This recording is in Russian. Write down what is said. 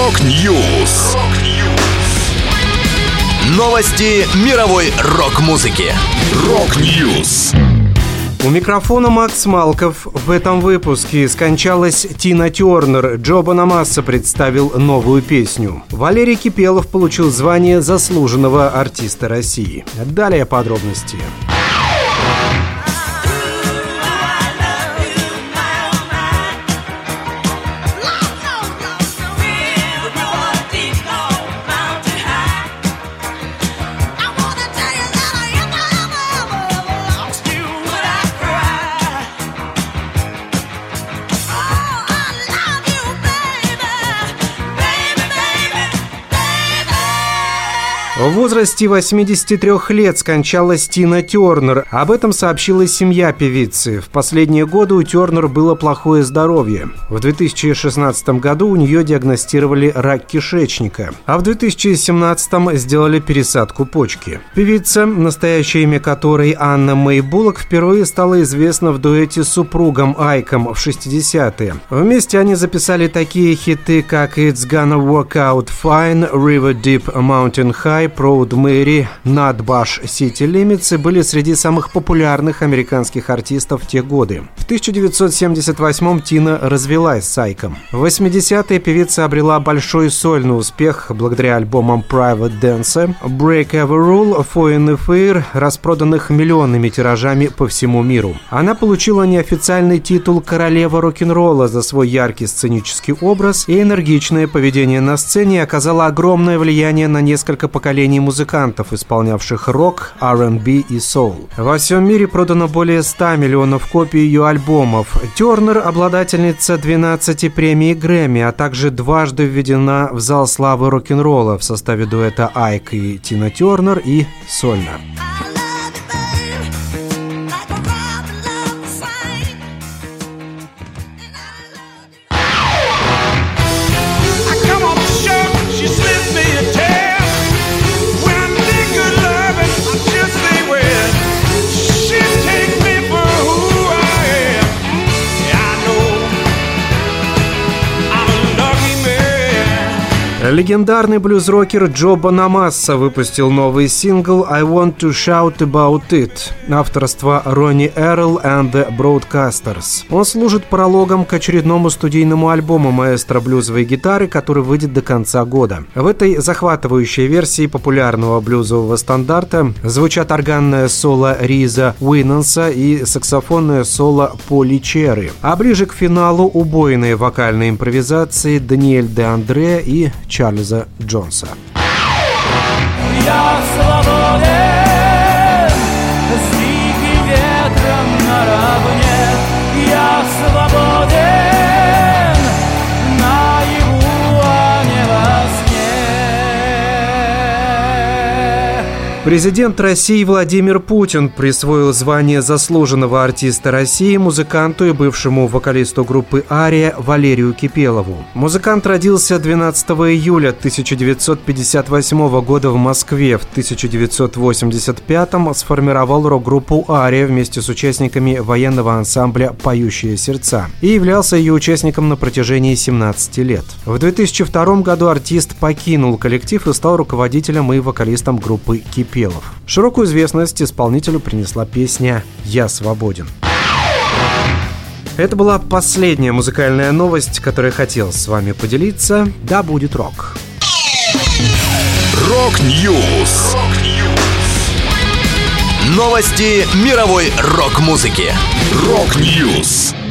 Рок-Ньюс. Новости мировой рок-музыки. Рок-Ньюс. У микрофона Макс Малков. В этом выпуске скончалась Тина Тернер. Джо Бонамасса представил новую песню. Валерий Кипелов получил звание заслуженного артиста России. Далее подробности. В возрасте 83 лет скончалась Тина Тернер. Об этом сообщила семья певицы. В последние годы у Тернер было плохое здоровье. В 2016 году у нее диагностировали рак кишечника, а в 2017 сделали пересадку почки. Певица, настоящее имя которой Анна Мэй Буллок, впервые стала известна в дуэте с супругом Айком в 60-е. Вместе они записали такие хиты, как «It's Gonna Work Out Fine», «River Deep Mountain High», «Proud Mary», «Nutbush City Limits» и были среди самых популярных американских артистов в те годы. В 1978-м Тина развелась с Айком. В 80-е певица обрела большой сольный успех благодаря альбомам «Private Dancer», «Break Every Rule», «Foreign Affair», распроданных миллионными тиражами по всему миру. Она получила неофициальный титул «Королева рок-н-ролла» за свой яркий сценический образ и энергичное поведение на сцене и оказала огромное влияние на несколько поколений музыкантов, исполнявших рок, R&B и соул. Во всем мире продано более 100 миллионов копий ее альбомов. Тернер – обладательница 12 премий Грэмми, а также дважды введена в зал славы рок-н-ролла в составе дуэта Айк и Тина Тернер и сольно. Легендарный блюз-рокер Джо Бонамасса выпустил новый сингл «I Want to Shout About It» авторства Ронни Эрл and the Broadcasters. Он служит прологом к очередному студийному альбому маэстро блюзовой гитары, который выйдет до конца года. В этой захватывающей версии популярного блюзового стандарта звучат органное соло Риза Уинанса и саксофонное соло Поли Черри. А ближе к финалу убойные вокальные импровизации Даниэль де Андре и Чарльза Джонса. Я свободен, с диким ветром наравне. Я свободен, наяву, а не во сне. Президент России Владимир Путин присвоил звание заслуженного артиста России музыканту и бывшему вокалисту группы «Ария» Валерию Кипелову. Музыкант родился 12 июля 1958 года в Москве. В 1985-м сформировал рок-группу «Ария» вместе с участниками военного ансамбля «Поющие сердца» и являлся ее участником на протяжении 17 лет. В 2002 году артист покинул коллектив и стал руководителем и вокалистом группы «Кипелов». Широкую известность исполнителю принесла песня «Я свободен». Это была последняя музыкальная новость, которую я хотел с вами поделиться. Да будет рок! Рок-Ньюс. Новости мировой рок-музыки. Рок-Ньюс.